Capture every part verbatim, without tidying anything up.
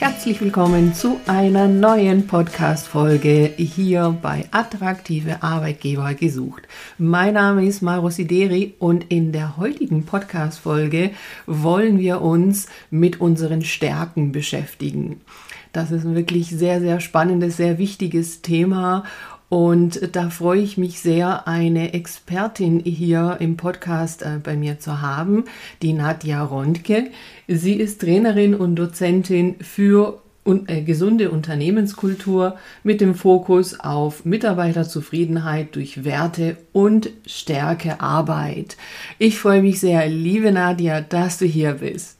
Herzlich willkommen zu einer neuen Podcast-Folge hier bei Attraktive Arbeitgeber gesucht. Mein Name ist Maro Sideri und in der heutigen Podcast-Folge wollen wir uns mit unseren Stärken beschäftigen. Das ist ein wirklich sehr, sehr spannendes, sehr wichtiges Thema. Und da freue ich mich sehr, eine Expertin hier im Podcast äh, bei mir zu haben, die Nadja Rondke. Sie ist Trainerin und Dozentin für un- äh, gesunde Unternehmenskultur mit dem Fokus auf Mitarbeiterzufriedenheit durch Werte und Stärke Arbeit. Ich freue mich sehr, liebe Nadja, dass du hier bist.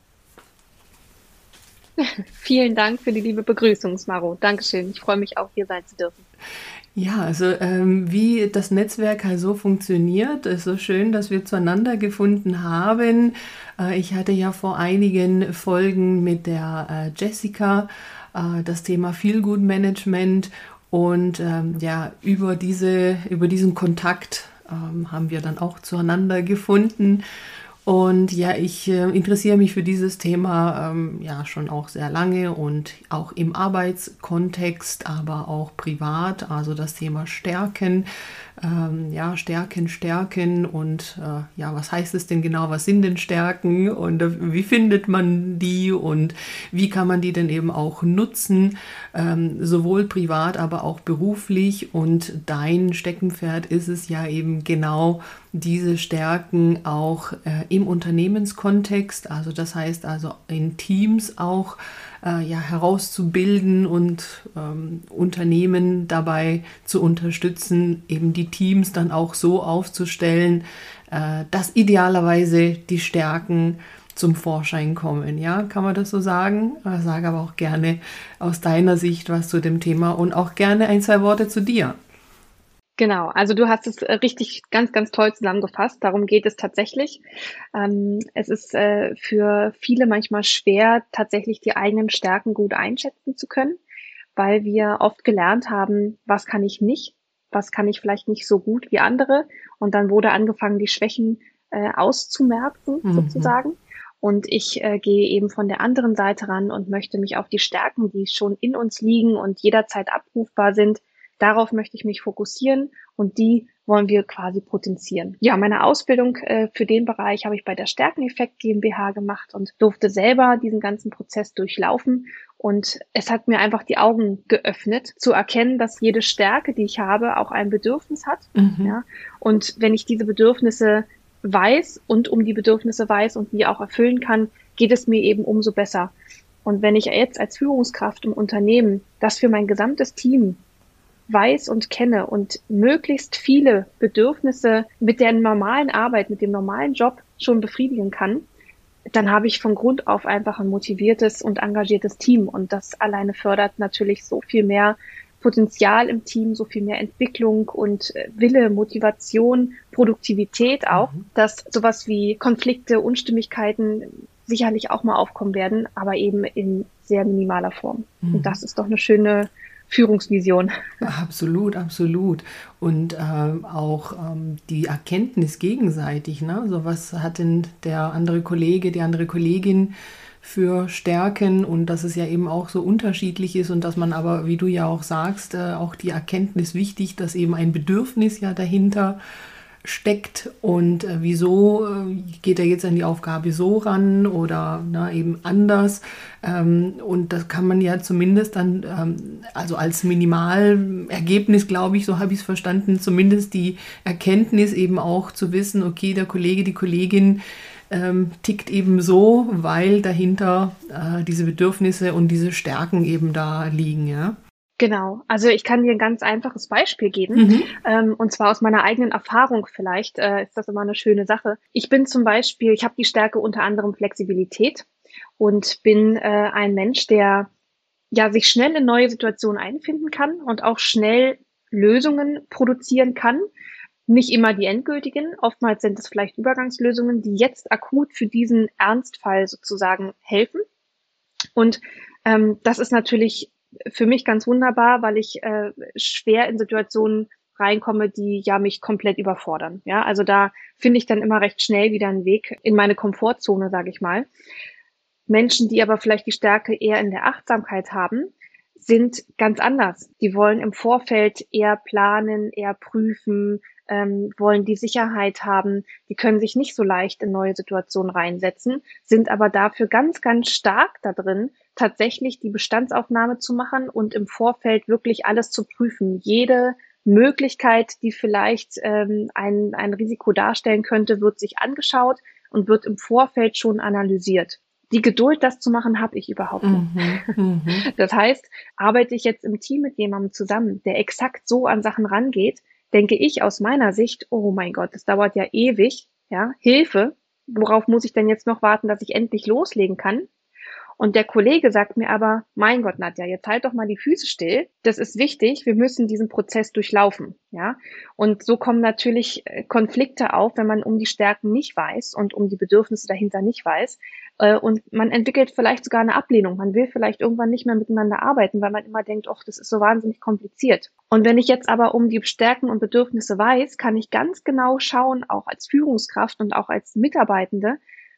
Vielen Dank für die liebe Begrüßung, Maro. Dankeschön. Ich freue mich auch, hier sein zu dürfen. Ja, also ähm, wie das Netzwerk halt so funktioniert, ist so schön, dass wir zueinander gefunden haben. Äh, ich hatte ja vor einigen Folgen mit der äh, Jessica äh, das Thema Feel-Good Management und ähm, ja, über diese, über diesen Kontakt ähm, haben wir dann auch zueinander gefunden. Und ja, ich äh, interessiere mich für dieses Thema ähm, ja schon auch sehr lange und auch im Arbeitskontext, aber auch privat, also das Thema Stärken, ähm, ja, Stärken, Stärken und äh, ja, was heißt es denn genau, was sind denn Stärken und äh, wie findet man die und wie kann man die denn eben auch nutzen, ähm, sowohl privat, aber auch beruflich, und dein Steckenpferd ist es ja eben genau, diese Stärken auch äh, im Unternehmenskontext, also das heißt also in Teams auch äh, ja, herauszubilden und ähm, Unternehmen dabei zu unterstützen, eben die Teams dann auch so aufzustellen, äh, dass idealerweise die Stärken zum Vorschein kommen. Ja, kann man das so sagen? Ich sage aber auch gerne aus deiner Sicht was zu dem Thema und auch gerne ein, zwei Worte zu dir. Genau, also du hast es äh, richtig ganz, ganz toll zusammengefasst. Darum geht es tatsächlich. Ähm, es ist äh, für viele manchmal schwer, tatsächlich die eigenen Stärken gut einschätzen zu können, weil wir oft gelernt haben, was kann ich nicht, was kann ich vielleicht nicht so gut wie andere. Und dann wurde angefangen, die Schwächen äh, auszumerzen, Mhm. sozusagen. Und ich äh, gehe eben von der anderen Seite ran und möchte mich auf die Stärken, die schon in uns liegen und jederzeit abrufbar sind, darauf möchte ich mich fokussieren und die wollen wir quasi potenzieren. Ja, meine Ausbildung äh, für den Bereich habe ich bei der Stärkeneffekt GmbH gemacht und durfte selber diesen ganzen Prozess durchlaufen. Und es hat mir einfach die Augen geöffnet, zu erkennen, dass jede Stärke, die ich habe, auch ein Bedürfnis hat. Mhm. Ja, und wenn ich diese Bedürfnisse weiß und um die Bedürfnisse weiß und die auch erfüllen kann, geht es mir eben umso besser. Und wenn ich jetzt als Führungskraft im Unternehmen das für mein gesamtes Team weiß und kenne und möglichst viele Bedürfnisse mit der normalen Arbeit, mit dem normalen Job schon befriedigen kann, dann habe ich von Grund auf einfach ein motiviertes und engagiertes Team. Und das alleine fördert natürlich so viel mehr Potenzial im Team, so viel mehr Entwicklung und Wille, Motivation, Produktivität auch, Mhm. dass sowas wie Konflikte, Unstimmigkeiten sicherlich auch mal aufkommen werden, aber eben in sehr minimaler Form. Und Mhm. das ist doch eine schöne Führungsvision. Absolut, absolut. Und ähm, auch ähm, die Erkenntnis gegenseitig, ne? So, was hat denn der andere Kollege, die andere Kollegin für Stärken, und dass es ja eben auch so unterschiedlich ist und dass man aber, wie du ja auch sagst, äh, auch die Erkenntnis wichtig, dass eben ein Bedürfnis ja dahinter steckt und äh, wieso äh, geht er jetzt an die Aufgabe so ran oder na, eben anders. Ähm, und das kann man ja zumindest dann, ähm, also als Minimalergebnis, glaube ich, so habe ich es verstanden, zumindest die Erkenntnis eben auch zu wissen, okay, der Kollege, die Kollegin ähm, tickt eben so, weil dahinter äh, diese Bedürfnisse und diese Stärken eben da liegen, ja. Genau. Also ich kann dir ein ganz einfaches Beispiel geben, Mhm. ähm, und zwar aus meiner eigenen Erfahrung vielleicht, äh, ist das immer eine schöne Sache. Ich bin zum Beispiel ich habe die Stärke unter anderem Flexibilität und bin, äh, ein Mensch, der, ja, sich schnell in neue Situationen einfinden kann und auch schnell Lösungen produzieren kann. Nicht immer die endgültigen, oftmals sind es vielleicht Übergangslösungen, die jetzt akut für diesen Ernstfall sozusagen helfen. Und ähm, das ist natürlich für mich ganz wunderbar, weil ich äh, schwer in Situationen reinkomme, die ja mich komplett überfordern. Ja, also da finde ich dann immer recht schnell wieder einen Weg in meine Komfortzone, sage ich mal. Menschen, die aber vielleicht die Stärke eher in der Achtsamkeit haben, sind ganz anders. Die wollen im Vorfeld eher planen, eher prüfen, ähm, wollen die Sicherheit haben. Die können sich nicht so leicht in neue Situationen reinsetzen, sind aber dafür ganz, ganz stark da drin, tatsächlich die Bestandsaufnahme zu machen und im Vorfeld wirklich alles zu prüfen. Jede Möglichkeit, die vielleicht ähm, ein, ein Risiko darstellen könnte, wird sich angeschaut und wird im Vorfeld schon analysiert. Die Geduld, das zu machen, habe ich überhaupt nicht. Mhm, mhm. Das heißt, arbeite ich jetzt im Team mit jemandem zusammen, der exakt so an Sachen rangeht, denke ich aus meiner Sicht, oh mein Gott, das dauert ja ewig, ja, Hilfe, worauf muss ich denn jetzt noch warten, dass ich endlich loslegen kann? Und der Kollege sagt mir aber, mein Gott, Nadja, jetzt halt doch mal die Füße still. Das ist wichtig. Wir müssen diesen Prozess durchlaufen, ja. Und so kommen natürlich äh, Konflikte auf, wenn man um die Stärken nicht weiß und um die Bedürfnisse dahinter nicht weiß. Äh, Und man entwickelt vielleicht sogar eine Ablehnung. Man will vielleicht irgendwann nicht mehr miteinander arbeiten, weil man immer denkt, ach, das ist so wahnsinnig kompliziert. Und wenn ich jetzt aber um die Stärken und Bedürfnisse weiß, kann ich ganz genau schauen, auch als Führungskraft und auch als Mitarbeitende,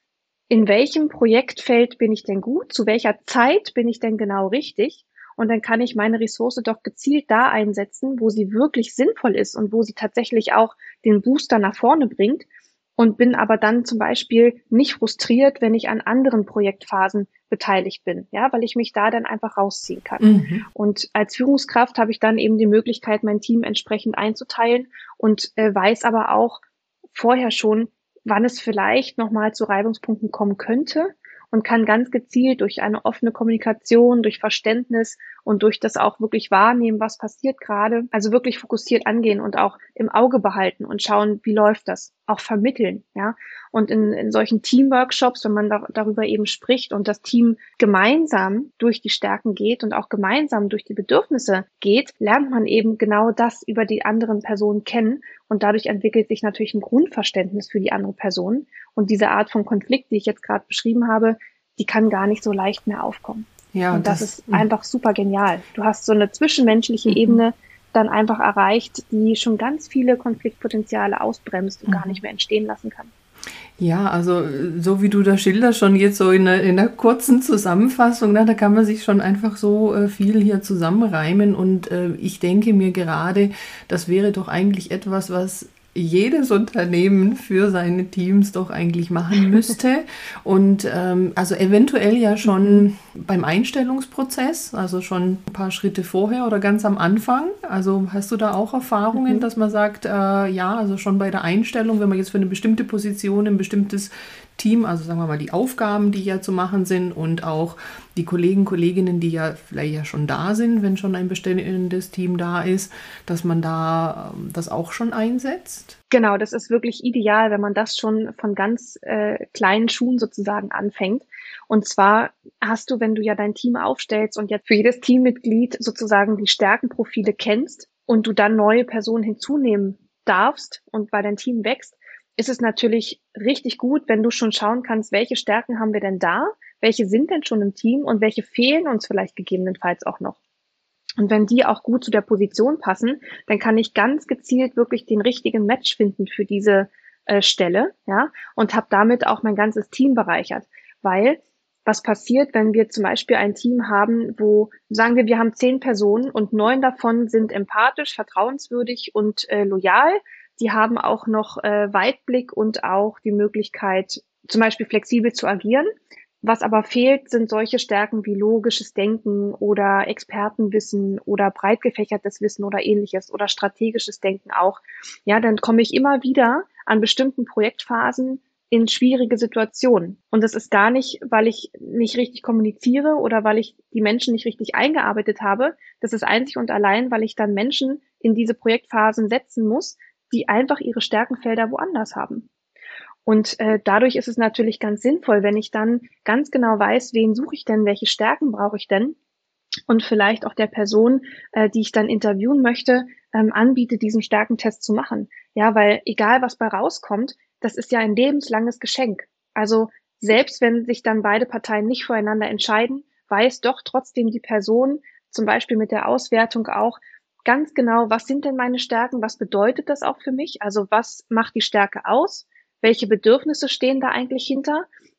in welchem Projektfeld bin ich denn gut, zu welcher Zeit bin ich denn genau richtig, und dann kann ich meine Ressource doch gezielt da einsetzen, wo sie wirklich sinnvoll ist und wo sie tatsächlich auch den Booster nach vorne bringt, und bin aber dann zum Beispiel nicht frustriert, wenn ich an anderen Projektphasen beteiligt bin, ja, weil ich mich da dann einfach rausziehen kann. Mhm. Und als Führungskraft habe ich dann eben die Möglichkeit, mein Team entsprechend einzuteilen und äh, weiß aber auch vorher schon, wann es vielleicht nochmal zu Reibungspunkten kommen könnte, und kann ganz gezielt durch eine offene Kommunikation, durch Verständnis und durch das auch wirklich wahrnehmen, was passiert gerade, also wirklich fokussiert angehen und auch im Auge behalten und schauen, wie läuft das, auch vermitteln, ja. Und in, in solchen Teamworkshops, wenn man da, darüber eben spricht und das Team gemeinsam durch die Stärken geht und auch gemeinsam durch die Bedürfnisse geht, lernt man eben genau das über die anderen Personen kennen, und dadurch entwickelt sich natürlich ein Grundverständnis für die andere Person. Und diese Art von Konflikt, die ich jetzt gerade beschrieben habe, die kann gar nicht so leicht mehr aufkommen. Ja, Und das, das, ist einfach super genial. Du hast so eine zwischenmenschliche mhm. Ebene dann einfach erreicht, die schon ganz viele Konfliktpotenziale ausbremst und Mhm. gar nicht mehr entstehen lassen kann. Ja, also so wie du das schilderst, schon jetzt so in einer, in einer kurzen Zusammenfassung, ne, da kann man sich schon einfach so äh, viel hier zusammenreimen, und äh, ich denke mir gerade, das wäre doch eigentlich etwas, was jedes Unternehmen für seine Teams doch eigentlich machen müsste, und ähm, also eventuell ja schon beim Einstellungsprozess, also schon ein paar Schritte vorher oder ganz am Anfang. Also hast du da auch Erfahrungen, Mhm. dass man sagt, äh, ja, also schon bei der Einstellung, wenn man jetzt für eine bestimmte Position, ein bestimmtes Team, also sagen wir mal die Aufgaben, die ja zu machen sind, und auch die Kollegen, Kolleginnen, die ja vielleicht ja schon da sind, wenn schon ein bestehendes Team da ist, dass man da ähm, das auch schon einsetzt? Genau, das ist wirklich ideal, wenn man das schon von ganz äh, kleinen Schuhen sozusagen anfängt. Und zwar hast du, wenn du ja dein Team aufstellst und jetzt für jedes Teammitglied sozusagen die Stärkenprofile kennst und du dann neue Personen hinzunehmen darfst und weil dein Team wächst, ist es natürlich richtig gut, wenn du schon schauen kannst, welche Stärken haben wir denn da, welche sind denn schon im Team und welche fehlen uns vielleicht gegebenenfalls auch noch. Und wenn die auch gut zu der Position passen, dann kann ich ganz gezielt wirklich den richtigen Match finden für diese äh, Stelle, ja, und habe damit auch mein ganzes Team bereichert. Weil was passiert, wenn wir zum Beispiel ein Team haben, wo, sagen wir, wir haben zehn Personen und neun davon sind empathisch, vertrauenswürdig und äh, loyal. Die haben auch noch äh, Weitblick und auch die Möglichkeit, zum Beispiel flexibel zu agieren. Was aber fehlt, sind solche Stärken wie logisches Denken oder Expertenwissen oder breit gefächertes Wissen oder ähnliches oder strategisches Denken auch. Ja, dann komme ich immer wieder an bestimmten Projektphasen in schwierige Situationen. Und das ist gar nicht, weil ich nicht richtig kommuniziere oder weil ich die Menschen nicht richtig eingearbeitet habe. Das ist einzig und allein, weil ich dann Menschen in diese Projektphasen setzen muss, die einfach ihre Stärkenfelder woanders haben. Und äh, dadurch ist es natürlich ganz sinnvoll, wenn ich dann ganz genau weiß, wen suche ich denn, welche Stärken brauche ich denn, und vielleicht auch der Person, äh, die ich dann interviewen möchte, ähm, anbiete, diesen Stärkentest zu machen. Ja, weil egal was bei rauskommt, das ist ja ein lebenslanges Geschenk. Also selbst wenn sich dann beide Parteien nicht voreinander entscheiden, weiß doch trotzdem die Person, zum Beispiel mit der Auswertung auch, ganz genau, was sind denn meine Stärken, was bedeutet das auch für mich, also was macht die Stärke aus, welche Bedürfnisse stehen da eigentlich hinter,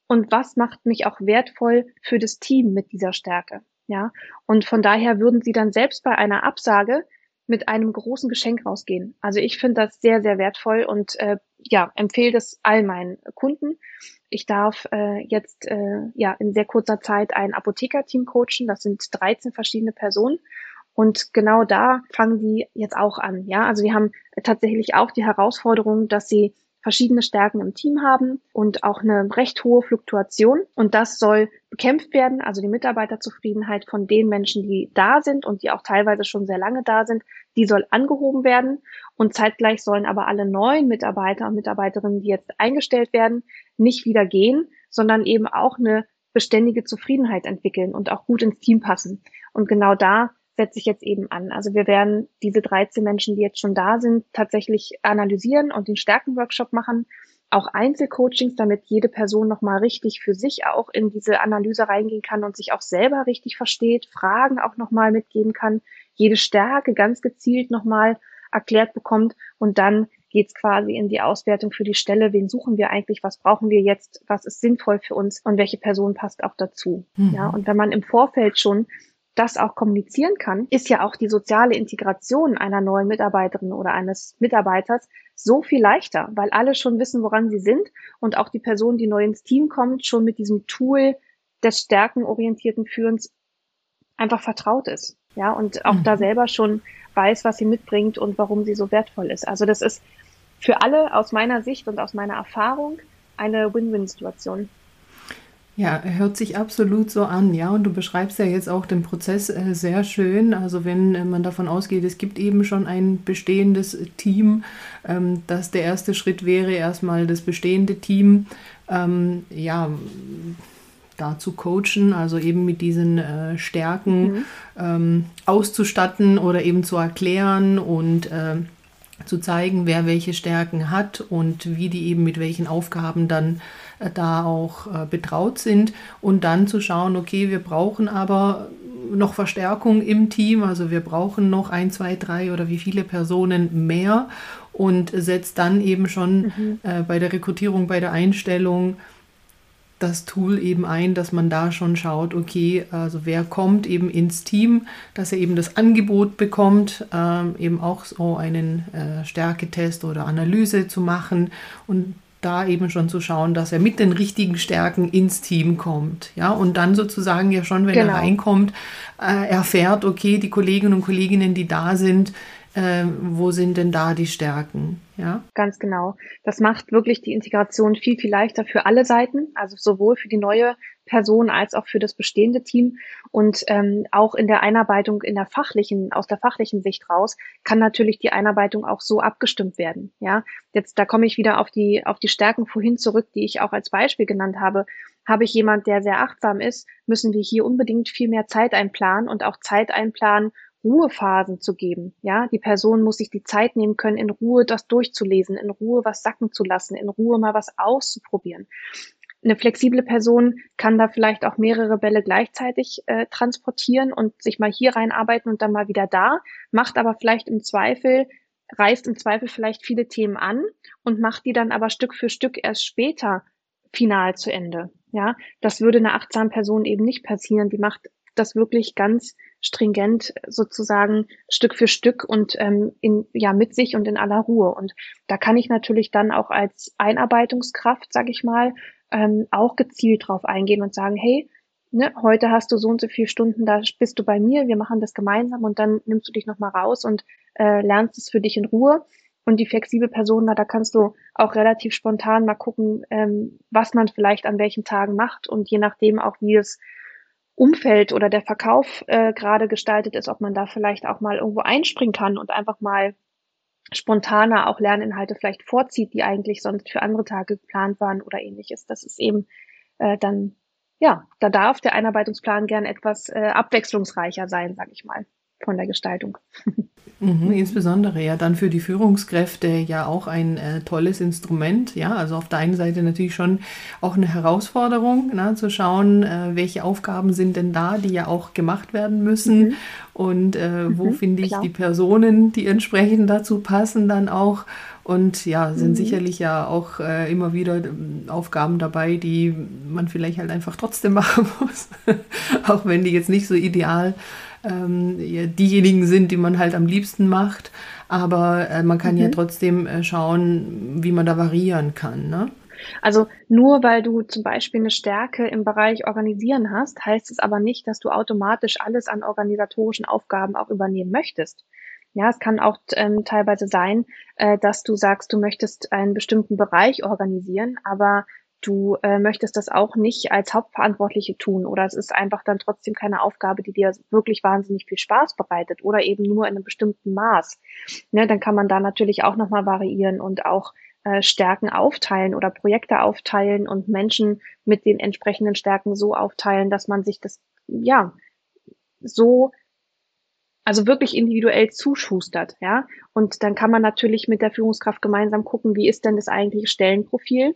und was macht mich auch wertvoll für das Team mit dieser Stärke, ja? Und von daher würden sie dann selbst bei einer Absage mit einem großen Geschenk rausgehen. Also ich finde das sehr, sehr wertvoll und äh, ja, empfehle das all meinen Kunden. Ich darf äh, jetzt äh, ja in sehr kurzer Zeit ein Apothekerteam coachen. Das sind dreizehn verschiedene Personen. Und genau da fangen die jetzt auch an. Ja, also die haben tatsächlich auch die Herausforderung, dass sie verschiedene Stärken im Team haben und auch eine recht hohe Fluktuation. Und das soll bekämpft werden, also die Mitarbeiterzufriedenheit von den Menschen, die da sind und die auch teilweise schon sehr lange da sind, die soll angehoben werden. Und zeitgleich sollen aber alle neuen Mitarbeiter und Mitarbeiterinnen, die jetzt eingestellt werden, nicht wieder gehen, sondern eben auch eine beständige Zufriedenheit entwickeln und auch gut ins Team passen. Und genau da setze ich jetzt eben an. Also wir werden diese dreizehn Menschen, die jetzt schon da sind, tatsächlich analysieren und den Stärkenworkshop machen, auch Einzelcoachings, damit jede Person nochmal richtig für sich auch in diese Analyse reingehen kann und sich auch selber richtig versteht, Fragen auch nochmal mitgeben kann, jede Stärke ganz gezielt nochmal erklärt bekommt und dann geht's quasi in die Auswertung für die Stelle. Wen suchen wir eigentlich? Was brauchen wir jetzt? Was ist sinnvoll für uns? Und welche Person passt auch dazu? Mhm. Ja, und wenn man im Vorfeld schon das auch kommunizieren kann, ist ja auch die soziale Integration einer neuen Mitarbeiterin oder eines Mitarbeiters so viel leichter, weil alle schon wissen, woran sie sind und auch die Person, die neu ins Team kommt, schon mit diesem Tool des stärkenorientierten Führens einfach vertraut ist. Ja, und auch mhm. da selber schon weiß, was sie mitbringt und warum sie so wertvoll ist. Also das ist für alle aus meiner Sicht und aus meiner Erfahrung eine Win-Win-Situation. Ja, hört sich absolut so an, ja, und du beschreibst ja jetzt auch den Prozess äh, sehr schön, also wenn äh, man davon ausgeht, es gibt eben schon ein bestehendes Team, ähm, dass der erste Schritt wäre, erstmal das bestehende Team, ähm, ja, da zu coachen, also eben mit diesen äh, Stärken mhm. ähm, auszustatten oder eben zu erklären und äh, zu zeigen, wer welche Stärken hat und wie die eben mit welchen Aufgaben dann äh, da auch äh, betraut sind und dann zu schauen, okay, wir brauchen aber noch Verstärkung im Team, also wir brauchen noch ein, zwei, drei oder wie viele Personen mehr und setzt dann eben schon mhm. äh, bei der Rekrutierung, bei der Einstellung das Tool eben ein, dass man da schon schaut, okay, also wer kommt eben ins Team, dass er eben das Angebot bekommt, ähm, eben auch so einen äh, Stärketest oder Analyse zu machen und da eben schon zu schauen, dass er mit den richtigen Stärken ins Team kommt. Ja, und dann sozusagen ja schon, wenn genau. er reinkommt, äh, erfährt, okay, die Kolleginnen und Kolleginnen, die da sind, äh, wo sind denn da die Stärken? Ja, ganz genau. Das macht wirklich die Integration viel, viel leichter für alle Seiten, also sowohl für die neue Person als auch für das bestehende Team. Und ähm, auch in der Einarbeitung in der fachlichen, aus der fachlichen Sicht raus, kann natürlich die Einarbeitung auch so abgestimmt werden. Ja, jetzt da komme ich wieder auf die auf die Stärken vorhin zurück, die ich auch als Beispiel genannt habe. Habe ich jemand, der sehr achtsam ist, müssen wir hier unbedingt viel mehr Zeit einplanen und auch Zeit einplanen, Ruhephasen zu geben. Ja, die Person muss sich die Zeit nehmen können, in Ruhe das durchzulesen, in Ruhe was sacken zu lassen, in Ruhe mal was auszuprobieren. Eine flexible Person kann da vielleicht auch mehrere Bälle gleichzeitig äh, transportieren und sich mal hier reinarbeiten und dann mal wieder da, macht aber vielleicht im Zweifel, reißt im Zweifel vielleicht viele Themen an und macht die dann aber Stück für Stück erst später final zu Ende. Ja, das würde einer achtsamen Person eben nicht passieren. Die macht das wirklich ganz stringent sozusagen Stück für Stück und ähm, in, ja mit sich und in aller Ruhe. Und da kann ich natürlich dann auch als Einarbeitungskraft, sage ich mal, ähm, auch gezielt drauf eingehen und sagen, hey, ne, heute hast du so und so viele Stunden, da bist du bei mir, wir machen das gemeinsam und dann nimmst du dich nochmal raus und äh, lernst es für dich in Ruhe. Und die flexible Person, na, da kannst du auch relativ spontan mal gucken, ähm, was man vielleicht an welchen Tagen macht und je nachdem auch, wie es Umfeld oder der Verkauf äh, gerade gestaltet ist, ob man da vielleicht auch mal irgendwo einspringen kann und einfach mal spontaner auch Lerninhalte vielleicht vorzieht, die eigentlich sonst für andere Tage geplant waren oder ähnliches. Das ist eben äh, dann, ja, da darf der Einarbeitungsplan gern etwas äh, abwechslungsreicher sein, sage ich mal. von der Gestaltung. Mhm, insbesondere ja dann für die Führungskräfte ja auch ein äh, tolles Instrument. Ja, also auf der einen Seite natürlich schon auch eine Herausforderung, na, zu schauen, äh, welche Aufgaben sind denn da, die ja auch gemacht werden müssen Mhm. und äh, wo Mhm. finde ich Klar. die Personen, die entsprechend dazu passen dann auch. Und ja, sind Mhm. sicherlich ja auch äh, immer wieder ähm, Aufgaben dabei, die man vielleicht halt einfach trotzdem machen muss, auch wenn die jetzt nicht so ideal ähm, ja, diejenigen sind, die man halt am liebsten macht. Aber äh, man kann ja Mhm. trotzdem äh, schauen, wie man da variieren kann, ne? Also nur weil du zum Beispiel eine Stärke im Bereich Organisieren hast, heißt es aber nicht, dass du automatisch alles an organisatorischen Aufgaben auch übernehmen möchtest. Ja, es kann auch ähm, teilweise sein, äh, dass du sagst, du möchtest einen bestimmten Bereich organisieren, aber du äh, möchtest das auch nicht als Hauptverantwortliche tun oder es ist einfach dann trotzdem keine Aufgabe, die dir wirklich wahnsinnig viel Spaß bereitet oder eben nur in einem bestimmten Maß. Ne, dann kann man da natürlich auch nochmal variieren und auch äh, Stärken aufteilen oder Projekte aufteilen und Menschen mit den entsprechenden Stärken so aufteilen, dass man sich das, ja, so, also wirklich individuell zuschustert, ja. Und dann kann man natürlich mit der Führungskraft gemeinsam gucken, wie ist denn das eigentliche Stellenprofil?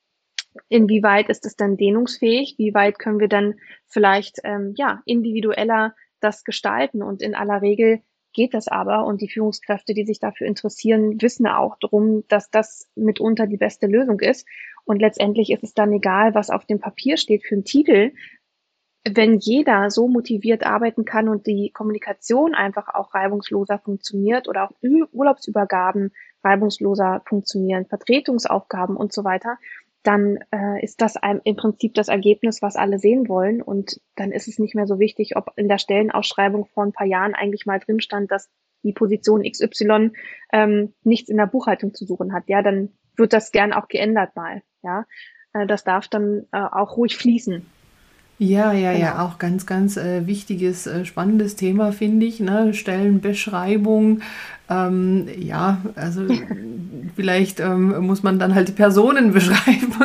Inwieweit ist es dann dehnungsfähig? Wie weit können wir dann vielleicht, ähm, ja, individueller das gestalten? Und in aller Regel geht das aber. Und die Führungskräfte, die sich dafür interessieren, wissen auch drum, dass das mitunter die beste Lösung ist. Und letztendlich ist es dann egal, was auf dem Papier steht für einen Titel. Wenn jeder so motiviert arbeiten kann und die Kommunikation einfach auch reibungsloser funktioniert oder auch Urlaubsübergaben reibungsloser funktionieren, Vertretungsaufgaben und so weiter, dann äh, ist das ein, im Prinzip das Ergebnis, was alle sehen wollen. Und dann ist es nicht mehr so wichtig, ob in der Stellenausschreibung vor ein paar Jahren eigentlich mal drin stand, dass die Position X Y ähm, nichts in der Buchhaltung zu suchen hat. Ja, dann wird das gern auch geändert mal. Ja, äh, das darf dann äh, auch ruhig fließen. Ja, ja, ja, Genau. auch ganz, ganz äh, wichtiges, äh, spannendes Thema, finde ich, ne? Stellenbeschreibung. Ähm, ja, also vielleicht ähm, muss man dann halt die Personen beschreiben,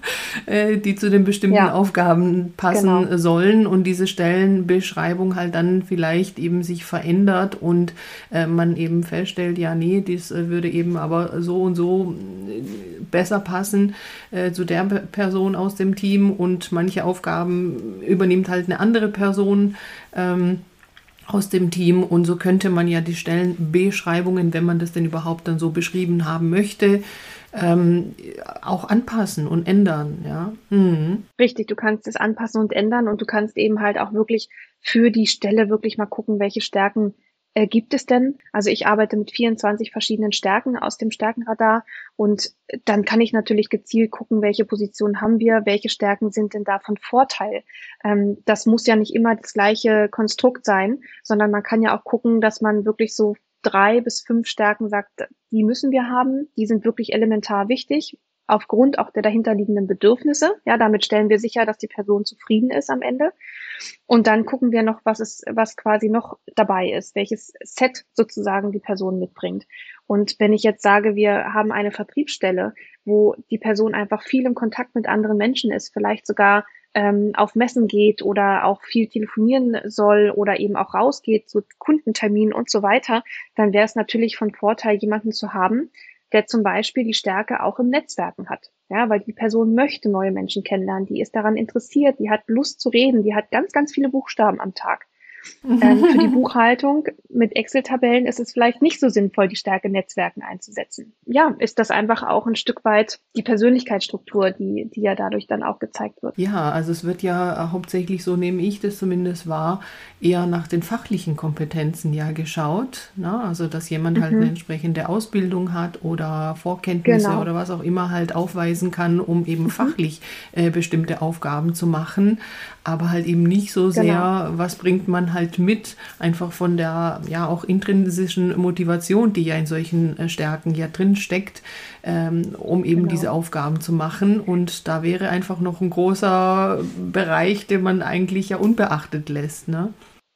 äh, die zu den bestimmten Ja, Aufgaben genau. passen sollen und diese Stellenbeschreibung halt dann vielleicht eben sich verändert und äh, man eben feststellt, ja, nee, das äh, würde eben aber so und so äh, besser passen äh, zu der Pe- Person aus dem Team und manche Aufgaben übernimmt halt eine andere Person. Ähm, aus dem Team und so könnte man ja die Stellenbeschreibungen, wenn man das denn überhaupt dann so beschrieben haben möchte, ähm, auch anpassen und ändern, ja. Mhm. Richtig, du kannst es anpassen und ändern und du kannst eben halt auch wirklich für die Stelle wirklich mal gucken, welche Stärken äh, gibt es denn. Also ich arbeite mit vierundzwanzig verschiedenen Stärken aus dem Stärkenradar und dann kann ich natürlich gezielt gucken, welche Positionen haben wir, welche Stärken sind denn da von Vorteil. Ähm, das muss ja nicht immer das gleiche Konstrukt sein, sondern man kann ja auch gucken, dass man wirklich so drei bis fünf Stärken sagt, die müssen wir haben, die sind wirklich elementar wichtig aufgrund auch der dahinterliegenden Bedürfnisse. Ja, damit stellen wir sicher, dass die Person zufrieden ist am Ende. Und dann gucken wir noch, was ist, was quasi noch dabei ist, welches Set sozusagen die Person mitbringt. Und wenn ich jetzt sage, wir haben eine Vertriebsstelle, wo die Person einfach viel im Kontakt mit anderen Menschen ist, vielleicht sogar ähm, auf Messen geht oder auch viel telefonieren soll oder eben auch rausgeht zu Kundenterminen und so weiter, dann wäre es natürlich von Vorteil, jemanden zu haben, der zum Beispiel die Stärke auch im Netzwerken hat. Ja, weil die Person möchte neue Menschen kennenlernen, die ist daran interessiert, die hat Lust zu reden, die hat ganz, ganz viele Buchstaben am Tag. Ähm, für die Buchhaltung mit Excel-Tabellen ist es vielleicht nicht so sinnvoll, die Stärke Netzwerken einzusetzen. Ja, ist das einfach auch ein Stück weit die Persönlichkeitsstruktur, die, die ja dadurch dann auch gezeigt wird. Ja, also es wird ja äh, hauptsächlich, so nehme ich das zumindest wahr, eher nach den fachlichen Kompetenzen ja geschaut. Ne? Also dass jemand halt eine Mhm, entsprechende Ausbildung hat oder Vorkenntnisse genau. oder was auch immer halt aufweisen kann, um eben Mhm, fachlich äh, bestimmte Aufgaben zu machen. Aber halt eben nicht so genau. sehr, was bringt man halt mit, einfach von der ja auch intrinsischen Motivation, die ja in solchen äh, Stärken ja drin steckt, ähm, um eben diese Genau. Aufgaben zu machen. Und da wäre einfach noch ein großer Bereich, den man eigentlich ja unbeachtet lässt, ne?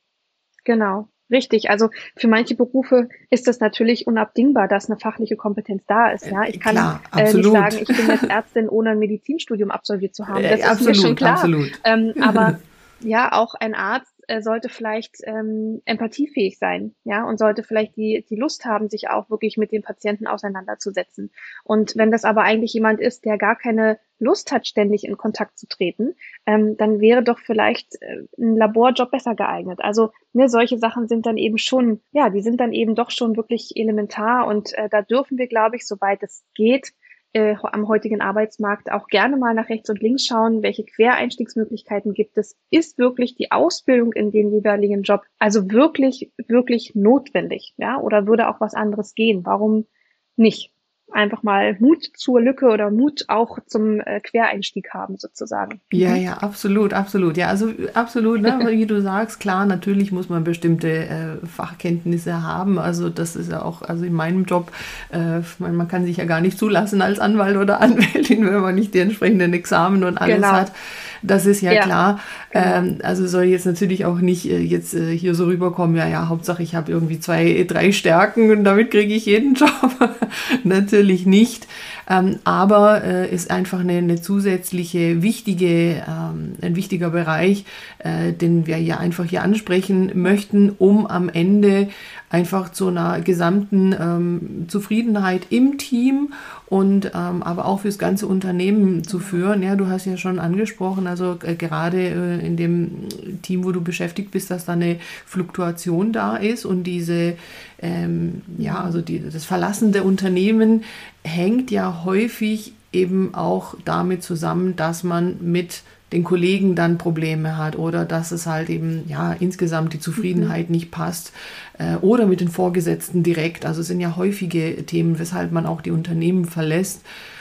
Genau, richtig. Also für manche Berufe ist es natürlich unabdingbar, dass eine fachliche Kompetenz da ist. Ja, ich kann Klar, äh, nicht sagen, absolut. ich bin jetzt Ärztin, ohne ein Medizinstudium absolviert zu haben. Äh, Das ist mir schon absolut, klar. absolut. Ähm, aber ja, auch ein Arzt äh, sollte vielleicht ähm, empathiefähig sein, ja, und sollte vielleicht die, die Lust haben, sich auch wirklich mit den Patienten auseinanderzusetzen. Und wenn das aber eigentlich jemand ist, der gar keine Lust hat, ständig in Kontakt zu treten, ähm, dann wäre doch vielleicht äh, ein Laborjob besser geeignet. Also ne, solche Sachen sind dann eben schon, ja, die sind dann eben doch schon wirklich elementar und äh, da dürfen wir, glaube ich, soweit es geht, äh, am heutigen Arbeitsmarkt auch gerne mal nach rechts und links schauen, welche Quereinstiegsmöglichkeiten gibt es. Ist wirklich die Ausbildung in den jeweiligen Job also wirklich, wirklich notwendig, ja, oder würde auch was anderes gehen? Warum nicht? Einfach mal Mut zur Lücke oder Mut auch zum äh, Quereinstieg haben sozusagen. Ja, Mhm. ja, absolut, absolut. Ja, also absolut, ne, wie du sagst, klar, natürlich muss man bestimmte äh, Fachkenntnisse haben. Also das ist ja auch, also in meinem Job, äh, man, man kann sich ja gar nicht zulassen als Anwalt oder Anwältin, wenn man nicht die entsprechenden Examen und alles Genau. hat. Das ist ja, Ja, klar. genau. Ähm, also soll jetzt natürlich auch nicht äh, jetzt äh, hier so rüberkommen, ja, ja, Hauptsache ich habe irgendwie zwei, drei Stärken und damit kriege ich jeden Job. Natürlich nicht. Ähm, aber äh, ist einfach eine, eine zusätzliche wichtige, ähm, ein wichtiger Bereich, äh, den wir ja einfach hier ansprechen möchten, um am Ende einfach zu einer gesamten ähm, Zufriedenheit im Team und ähm, aber auch fürs ganze Unternehmen zu führen. Ja, du hast ja schon angesprochen, also äh, gerade äh, in dem Team, wo du beschäftigt bist, dass da eine Fluktuation da ist und diese ähm, ja, also die, das Verlassen der Unternehmen hängt ja häufig eben auch damit zusammen, dass man mit den Kollegen dann Probleme hat oder dass es halt eben ja insgesamt die Zufriedenheit nicht passt äh, oder mit den Vorgesetzten direkt. Also es sind ja häufige Themen, weshalb man auch die Unternehmen verlässt.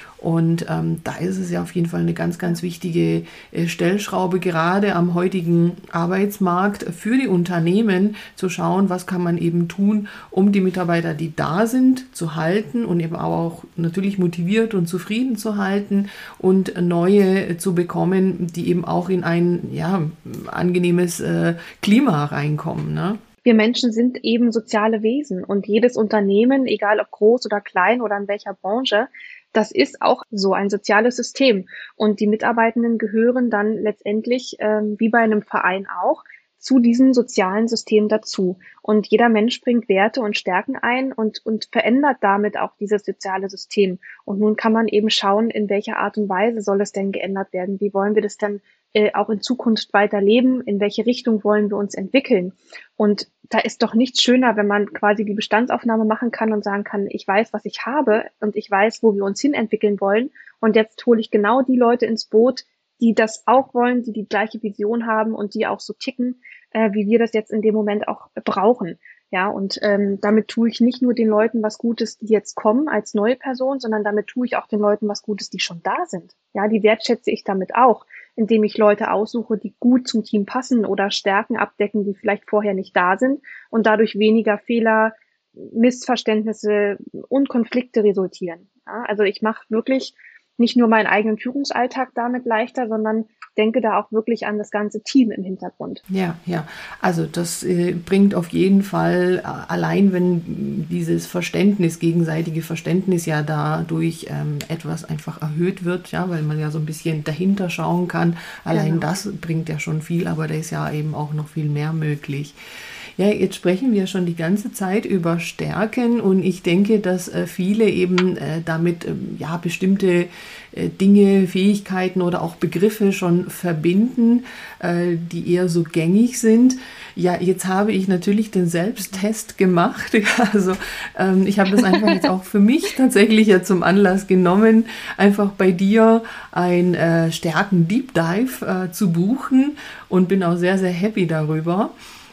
Und ähm, da ist es ja auf jeden Fall eine ganz, ganz wichtige äh, Stellschraube, gerade am heutigen Arbeitsmarkt für die Unternehmen zu schauen, was kann man eben tun, um die Mitarbeiter, die da sind, zu halten und eben auch natürlich motiviert und zufrieden zu halten und neue äh, zu bekommen, die eben auch in ein ja, angenehmes äh, Klima reinkommen, ne? Wir Menschen sind eben soziale Wesen und jedes Unternehmen, egal ob groß oder klein oder in welcher Branche, das ist auch so ein soziales System. Und die Mitarbeitenden gehören dann letztendlich, ähm, wie bei einem Verein auch, zu diesem sozialen System dazu. Und jeder Mensch bringt Werte und Stärken ein und, und verändert damit auch dieses soziale System. Und nun kann man eben schauen, in welcher Art und Weise soll es denn geändert werden? Wie wollen wir das denn äh, auch in Zukunft weiterleben? In welche Richtung wollen wir uns entwickeln? Und da ist doch nichts schöner, wenn man quasi die Bestandsaufnahme machen kann und sagen kann, ich weiß, was ich habe und ich weiß, wo wir uns hin entwickeln wollen. Und jetzt hole ich genau die Leute ins Boot, die das auch wollen, die die gleiche Vision haben und die auch so ticken, äh, wie wir das jetzt in dem Moment auch brauchen. Ja, und ähm, damit tue ich nicht nur den Leuten was Gutes, die jetzt kommen als neue Person, sondern damit tue ich auch den Leuten was Gutes, die schon da sind. Ja, die wertschätze ich damit auch, indem ich Leute aussuche, die gut zum Team passen oder Stärken abdecken, die vielleicht vorher nicht da sind und dadurch weniger Fehler, Missverständnisse und Konflikte resultieren. Ja, also ich mache wirklich nicht nur meinen eigenen Führungsalltag damit leichter, sondern denke da auch wirklich an das ganze Team im Hintergrund. Ja, ja. Also das äh, bringt auf jeden Fall, äh, allein wenn dieses Verständnis, gegenseitige Verständnis ja dadurch ähm, etwas einfach erhöht wird, ja, weil man ja so ein bisschen dahinter schauen kann. Allein Genau. das bringt ja schon viel, aber da ist ja eben auch noch viel mehr möglich. Ja, jetzt sprechen wir schon die ganze Zeit über Stärken und ich denke, dass äh, viele eben äh, damit ähm, ja bestimmte äh, Dinge, Fähigkeiten oder auch Begriffe schon verbinden, äh, die eher so gängig sind. Ja, jetzt habe ich natürlich den Selbsttest gemacht. Ja, also ähm, ich habe das einfach jetzt auch für mich tatsächlich ja zum Anlass genommen, einfach bei dir ein äh, Stärken-Deep Dive äh, zu buchen und bin auch sehr, sehr happy darüber.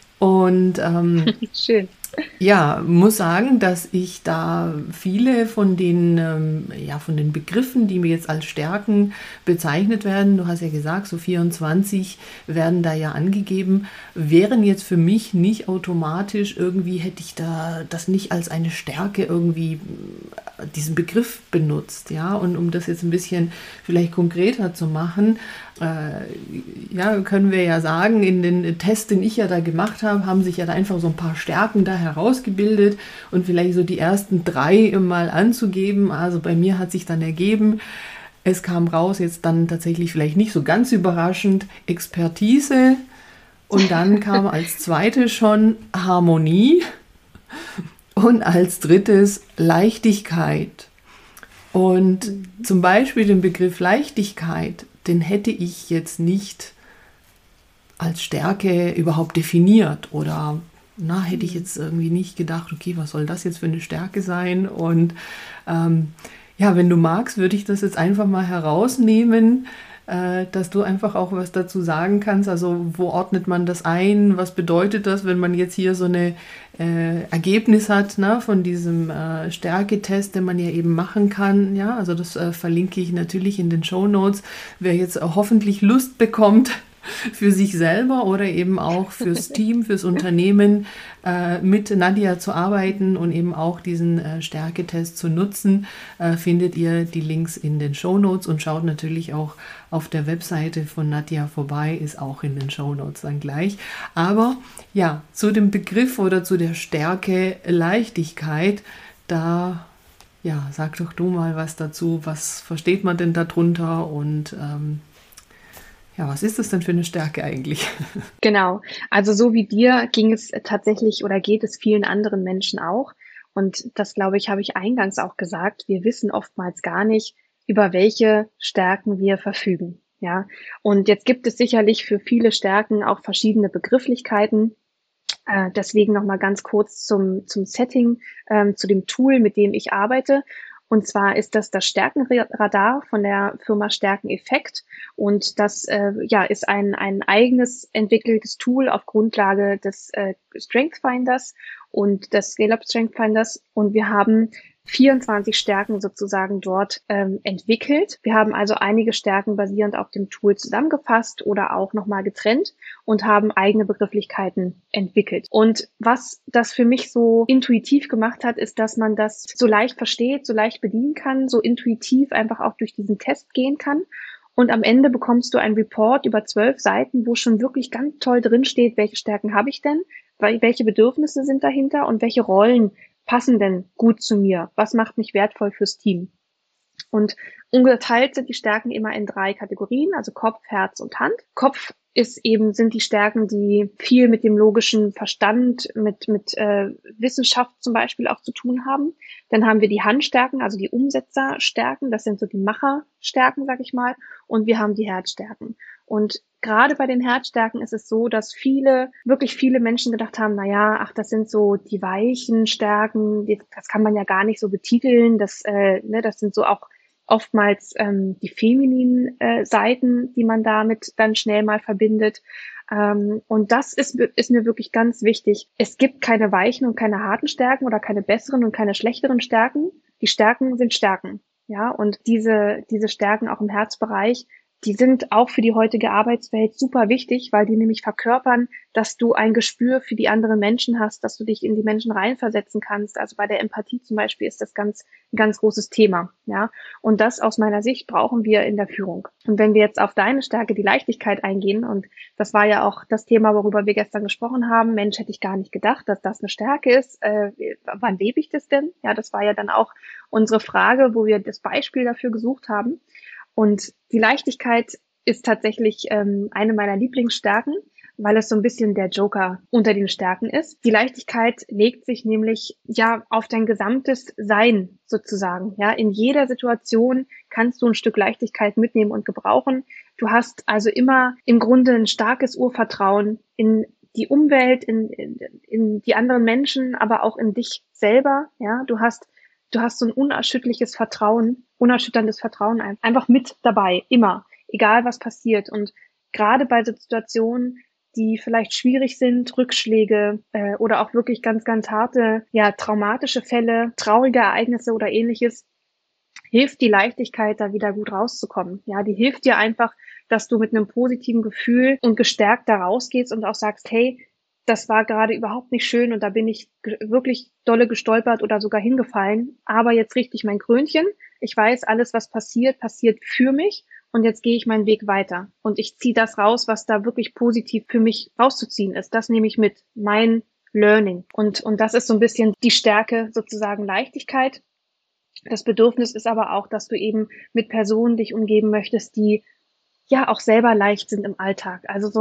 Und ähm, Schön. ja, muss sagen, dass ich da viele von den, ähm, ja, von den Begriffen, die mir jetzt als Stärken bezeichnet werden, du hast ja gesagt, so vierundzwanzig werden da ja angegeben, wären jetzt für mich nicht automatisch irgendwie, hätte ich da das nicht als eine Stärke irgendwie äh, diesen Begriff benutzt, ja, und um das jetzt ein bisschen vielleicht konkreter zu machen, äh, ja, können wir ja sagen, in den Tests, den ich ja da gemacht habe, haben sich ja da einfach so ein paar Stärken da herausgebildet und vielleicht so die ersten drei mal anzugeben. Also bei mir hat sich dann ergeben, es kam raus, jetzt dann tatsächlich vielleicht nicht so ganz überraschend, Expertise, Und dann kam als zweites schon Harmonie und als drittes Leichtigkeit. Und mhm. zum Beispiel den Begriff Leichtigkeit, den hätte ich jetzt nicht als Stärke überhaupt definiert oder na, hätte ich jetzt irgendwie nicht gedacht, okay, was soll das jetzt für eine Stärke sein? Und ähm, ja, wenn du magst, würde ich das jetzt einfach mal herausnehmen, äh, dass du einfach auch was dazu sagen kannst. Also wo ordnet man das ein? Was bedeutet das, wenn man jetzt hier so ein äh, Ergebnis hat, ne, von diesem äh, Stärketest, den man ja eben machen kann? Ja, also das äh, verlinke ich natürlich in den Shownotes. Wer jetzt äh, hoffentlich Lust bekommt, für sich selber oder eben auch fürs Team, fürs Unternehmen äh, mit Nadja zu arbeiten und eben auch diesen äh, Stärketest zu nutzen, äh, findet ihr die Links in den Shownotes und schaut natürlich auch auf der Webseite von Nadja vorbei, ist auch in den Shownotes dann gleich. Aber ja, zu dem Begriff oder zu der Stärke Leichtigkeit, da ja, sag doch du mal was dazu, was versteht man denn darunter und ähm, ja, was ist das denn für eine Stärke eigentlich? Genau, also so wie dir ging es tatsächlich oder geht es vielen anderen Menschen auch. Und das, glaube ich, habe ich eingangs auch gesagt. Wir wissen oftmals gar nicht, über welche Stärken wir verfügen. Ja, und jetzt gibt es sicherlich für viele Stärken auch verschiedene Begrifflichkeiten. Äh, deswegen nochmal ganz kurz zum, zum Setting, ähm, zu dem Tool, mit dem ich arbeite. Und zwar ist das das Stärkenradar von der Firma Stärkeneffekt. Und das äh, ja, ist ein, ein eigenes entwickeltes Tool auf Grundlage des äh, Strength Finders und des Scale-Up Strength Finders. Und wir haben vierundzwanzig Stärken sozusagen dort ähm, entwickelt. Wir haben also einige Stärken basierend auf dem Tool zusammengefasst oder auch nochmal getrennt und haben eigene Begrifflichkeiten entwickelt. Und was das für mich so intuitiv gemacht hat, ist, dass man das so leicht versteht, so leicht bedienen kann, so intuitiv einfach auch durch diesen Test gehen kann. Und am Ende bekommst du einen Report über zwölf Seiten, wo schon wirklich ganz toll drin steht, welche Stärken habe ich denn, welche Bedürfnisse sind dahinter und welche Rollen passen denn gut zu mir? Was macht mich wertvoll fürs Team? Und unterteilt sind die Stärken immer in drei Kategorien, also Kopf, Herz und Hand. Kopf ist eben, sind die Stärken, die viel mit dem logischen Verstand, mit, mit äh, Wissenschaft zum Beispiel auch zu tun haben. Dann haben wir die Handstärken, also die Umsetzerstärken, das sind so die Macherstärken, sag ich mal. Und wir haben die Herzstärken. Und gerade bei den Herzstärken ist es so, dass viele, wirklich viele Menschen gedacht haben, na ja, ach, das sind so die weichen Stärken, das kann man ja gar nicht so betiteln, das, äh, ne, das sind so auch oftmals ähm, die femininen äh, Seiten, die man damit dann schnell mal verbindet. Ähm, und das ist, ist mir wirklich ganz wichtig. Es gibt keine weichen und keine harten Stärken oder keine besseren und keine schlechteren Stärken. Die Stärken sind Stärken. Ja, und diese, diese Stärken auch im Herzbereich, die sind auch für die heutige Arbeitswelt super wichtig, weil die nämlich verkörpern, dass du ein Gespür für die anderen Menschen hast, dass du dich in die Menschen reinversetzen kannst. Also bei der Empathie zum Beispiel ist das ganz, ein ganz großes Thema, ja. Und das aus meiner Sicht brauchen wir in der Führung. Und wenn wir jetzt auf deine Stärke, die Leichtigkeit eingehen, und das war ja auch das Thema, worüber wir gestern gesprochen haben, Mensch, hätte ich gar nicht gedacht, dass das eine Stärke ist. Äh, wann lebe ich das denn? Ja, das war ja dann auch unsere Frage, wo wir das Beispiel dafür gesucht haben. Und die Leichtigkeit ist tatsächlich ähm, eine meiner Lieblingsstärken, weil es so ein bisschen der Joker unter den Stärken ist. Die Leichtigkeit legt sich nämlich ja auf dein gesamtes Sein sozusagen. Ja, in jeder Situation kannst du ein Stück Leichtigkeit mitnehmen und gebrauchen. Du hast also immer im Grunde ein starkes Urvertrauen in die Umwelt, in, in, in die anderen Menschen, aber auch in dich selber. Ja, du hast Du hast so ein unerschütterliches Vertrauen, unerschütterndes Vertrauen einfach mit dabei, immer, egal was passiert. Und gerade bei Situationen, die vielleicht schwierig sind, Rückschläge äh, oder auch wirklich ganz, ganz harte, ja, traumatische Fälle, traurige Ereignisse oder ähnliches, hilft die Leichtigkeit, da wieder gut rauszukommen. Ja, die hilft dir einfach, dass du mit einem positiven Gefühl und gestärkt da rausgehst und auch sagst, hey, das war gerade überhaupt nicht schön und da bin ich wirklich dolle gestolpert oder sogar hingefallen. Aber jetzt richte ich mein Krönchen. Ich weiß, alles, was passiert, passiert für mich. Und jetzt gehe ich meinen Weg weiter. Und ich ziehe das raus, was da wirklich positiv für mich rauszuziehen ist. Das nehme ich mit. Mein Learning. Und, und das ist so ein bisschen die Stärke, sozusagen Leichtigkeit. Das Bedürfnis ist aber auch, dass du eben mit Personen dich umgeben möchtest, die ja auch selber leicht sind im Alltag. Also so ein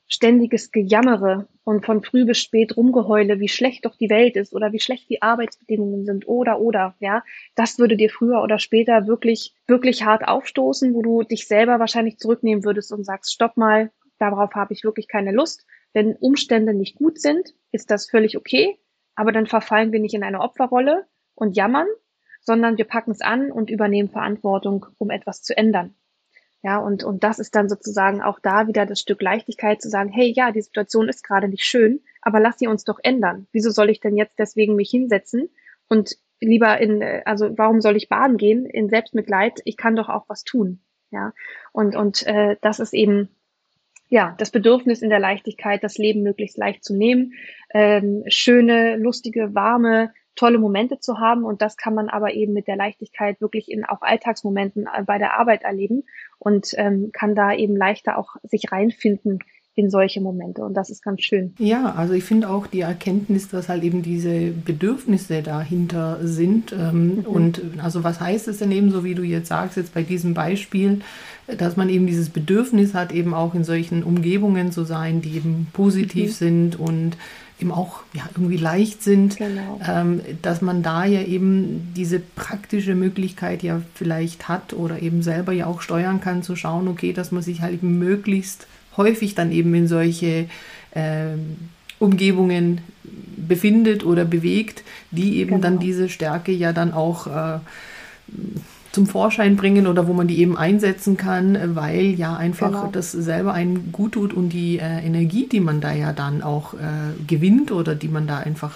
ständiges Gejammere und von früh bis spät Rumgeheule, wie schlecht doch die Welt ist oder wie schlecht die Arbeitsbedingungen sind oder, oder, ja, das würde dir früher oder später wirklich, wirklich hart aufstoßen, wo du dich selber wahrscheinlich zurücknehmen würdest und sagst, stopp mal, darauf habe ich wirklich keine Lust. Wenn Umstände nicht gut sind, ist das völlig okay, aber dann verfallen wir nicht in eine Opferrolle und jammern, sondern wir packen es an und übernehmen Verantwortung, um etwas zu ändern. Ja, und, und das ist dann sozusagen auch da wieder das Stück Leichtigkeit zu sagen, hey, ja, die Situation ist gerade nicht schön, aber lass sie uns doch ändern. Wieso soll ich denn jetzt deswegen mich hinsetzen und lieber in, also warum soll ich baden gehen in Selbstmitleid? Ich kann doch auch was tun. Ja, und, und äh, das ist eben ja, das Bedürfnis in der Leichtigkeit, das Leben möglichst leicht zu nehmen, ähm, schöne, lustige, warme, tolle Momente zu haben. Und das kann man aber eben mit der Leichtigkeit wirklich in auch Alltagsmomenten bei der Arbeit erleben und ähm, kann da eben leichter auch sich reinfinden in solche Momente. Und das ist ganz schön. Ja, also ich finde auch die Erkenntnis, dass halt eben diese Bedürfnisse dahinter sind. Ähm, mhm. Und also was heißt es denn eben, so wie du jetzt sagst, jetzt bei diesem Beispiel, dass man eben dieses Bedürfnis hat, eben auch in solchen Umgebungen zu sein, die eben positiv mhm. sind und eben auch ja, irgendwie leicht sind, genau. ähm, dass man da ja eben diese praktische Möglichkeit ja vielleicht hat oder eben selber ja auch steuern kann, zu schauen, okay, dass man sich halt eben möglichst häufig dann eben in solche äh, Umgebungen befindet oder bewegt, die eben genau. dann diese Stärke ja dann auch äh, zum Vorschein bringen oder wo man die eben einsetzen kann, weil ja einfach genau. das selber einen gut tut und die äh, Energie, die man da ja dann auch äh, gewinnt oder die man da einfach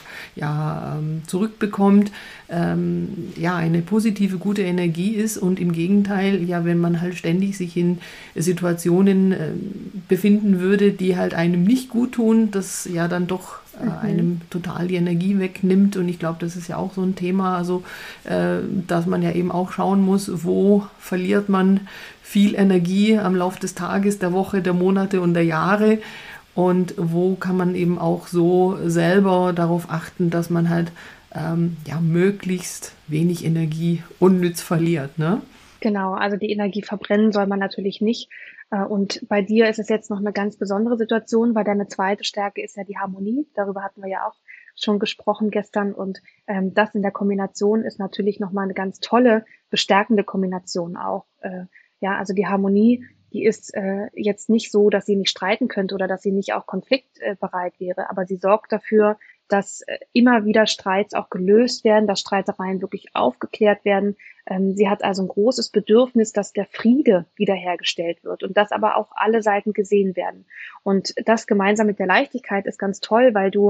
ja ähm, zurückbekommt, ähm, ja eine positive, gute Energie ist und im Gegenteil, ja wenn man halt ständig sich in Situationen äh, befinden würde, die halt einem nicht gut tun, das ja dann doch Mhm. einem total die Energie wegnimmt und ich glaube, das ist ja auch so ein Thema, also äh, dass man ja eben auch schauen muss, wo verliert man viel Energie am Lauf des Tages, der Woche, der Monate und der Jahre und wo kann man eben auch so selber darauf achten, dass man halt ähm, ja möglichst wenig Energie unnütz verliert, ne? Genau, also die Energie verbrennen soll man natürlich nicht. Und bei dir ist es jetzt noch eine ganz besondere Situation, weil deine zweite Stärke ist ja die Harmonie. Darüber hatten wir ja auch schon gesprochen gestern. Und ähm, das in der Kombination ist natürlich nochmal eine ganz tolle, bestärkende Kombination auch. Äh, ja, also die Harmonie, die ist äh, jetzt nicht so, dass sie nicht streiten könnte oder dass sie nicht auch konfliktbereit wäre, aber sie sorgt dafür, dass äh, immer wieder Streits auch gelöst werden, dass Streitereien wirklich aufgeklärt werden. Ähm, sie hat also ein großes Bedürfnis, dass der Friede wiederhergestellt wird und dass aber auch alle Seiten gesehen werden. Und das gemeinsam mit der Leichtigkeit ist ganz toll, weil du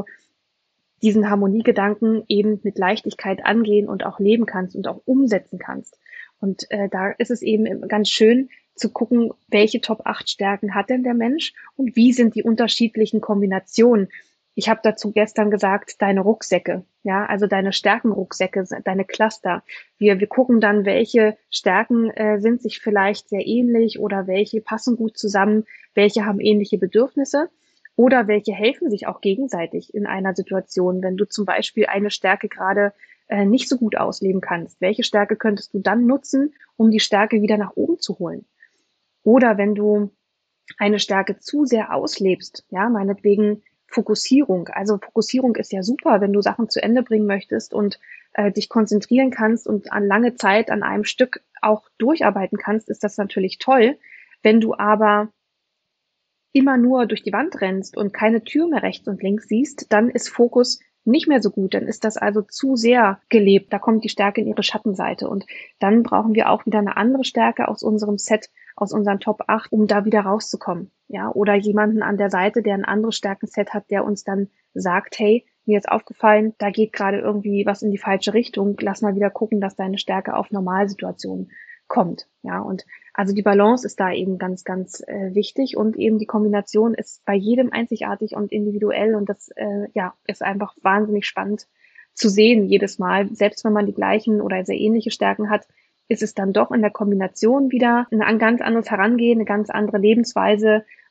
diesen Harmoniegedanken eben mit Leichtigkeit angehen und auch leben kannst und auch umsetzen kannst. Und äh, da ist es eben ganz schön zu gucken, welche Top acht Stärken hat denn der Mensch und wie sind die unterschiedlichen Kombinationen. Ich habe dazu gestern gesagt, deine Rucksäcke, ja, also deine Stärkenrucksäcke, deine Cluster. Wir, wir gucken dann, welche Stärken äh, sind sich vielleicht sehr ähnlich oder welche passen gut zusammen, welche haben ähnliche Bedürfnisse oder welche helfen sich auch gegenseitig in einer Situation, wenn du zum Beispiel eine Stärke gerade äh, nicht so gut ausleben kannst. Welche Stärke könntest du dann nutzen, um die Stärke wieder nach oben zu holen? Oder wenn du eine Stärke zu sehr auslebst, ja, meinetwegen Fokussierung. Also Fokussierung ist ja super, wenn du Sachen zu Ende bringen möchtest und äh, dich konzentrieren kannst und an lange Zeit an einem Stück auch durcharbeiten kannst, ist das natürlich toll. Wenn du aber immer nur durch die Wand rennst und keine Tür mehr rechts und links siehst, dann ist Fokus nicht mehr so gut. Dann ist das also zu sehr gelebt. Da kommt die Stärke in ihre Schattenseite. Und dann brauchen wir auch wieder eine andere Stärke aus unserem Set, aus unseren Top acht, um da wieder rauszukommen. Ja, oder jemanden an der Seite, der ein anderes Stärkenset hat, der uns dann sagt, hey, mir ist aufgefallen, da geht gerade irgendwie was in die falsche Richtung. Lass mal wieder gucken, dass deine Stärke auf Normalsituationen kommt. Ja, und also die Balance ist da eben ganz, ganz äh, wichtig und eben die Kombination ist bei jedem einzigartig und individuell und das äh, ja ist einfach wahnsinnig spannend zu sehen jedes Mal. Selbst wenn man die gleichen oder sehr ähnliche Stärken hat, ist es dann doch in der Kombination wieder ein ganz anderes Herangehen, eine ganz andere Lebensweise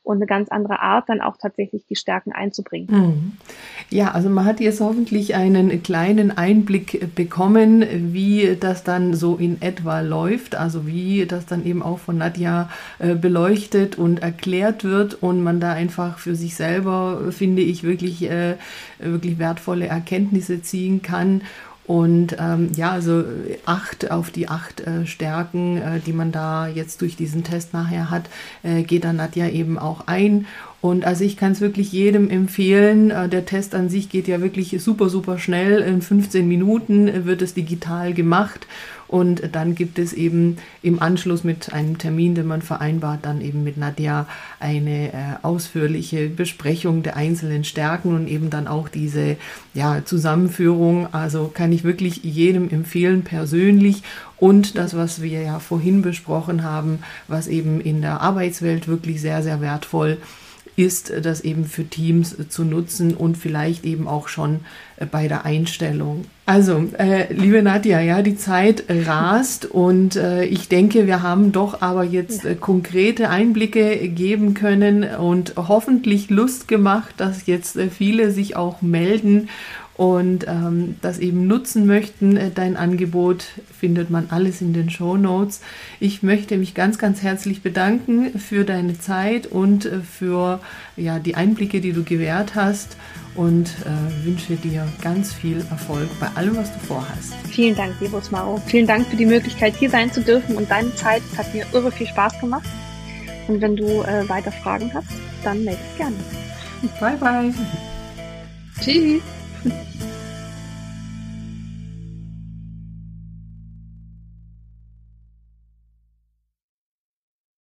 und eine ganz andere Art, dann auch tatsächlich die Stärken einzubringen. Mhm. Ja, also man hat jetzt hoffentlich einen kleinen Einblick bekommen, wie das dann so in etwa läuft, also wie das dann eben auch von Nadja äh, beleuchtet und erklärt wird und man da einfach für sich selber, finde ich, wirklich, äh, wirklich wertvolle Erkenntnisse ziehen kann. Und ähm, ja, also acht auf die acht äh, Stärken, äh, die man da jetzt durch diesen Test nachher hat, äh, geht dann Nadja eben auch ein. Und also ich kann es wirklich jedem empfehlen. Äh, der Test an sich geht ja wirklich super, super schnell. In fünfzehn Minuten äh, wird es digital gemacht. Und dann gibt es eben im Anschluss mit einem Termin, den man vereinbart, dann eben mit Nadja eine äh, ausführliche Besprechung der einzelnen Stärken und eben dann auch diese ja, Zusammenführung. Also kann ich wirklich jedem empfehlen, persönlich. Und das, was wir ja vorhin besprochen haben, was eben in der Arbeitswelt wirklich sehr, sehr wertvoll ist, das eben für Teams zu nutzen und vielleicht eben auch schon bei der Einstellung. Also, äh, liebe Nadja, ja, die Zeit rast und äh, ich denke, wir haben doch aber jetzt äh, konkrete Einblicke geben können und hoffentlich Lust gemacht, dass jetzt äh, viele sich auch melden und ähm, das eben nutzen möchten. Dein Angebot findet man alles in den Shownotes. Ich möchte mich ganz, ganz herzlich bedanken für deine Zeit und für ja, die Einblicke, die du gewährt hast und äh, wünsche dir ganz viel Erfolg bei allem, was du vorhast. Vielen Dank, liebe Maro. Vielen Dank für die Möglichkeit, hier sein zu dürfen und deine Zeit. Es hat mir irre viel Spaß gemacht. Und wenn du äh, weiter Fragen hast, dann melde dich gerne. Bye, bye. Tschüss.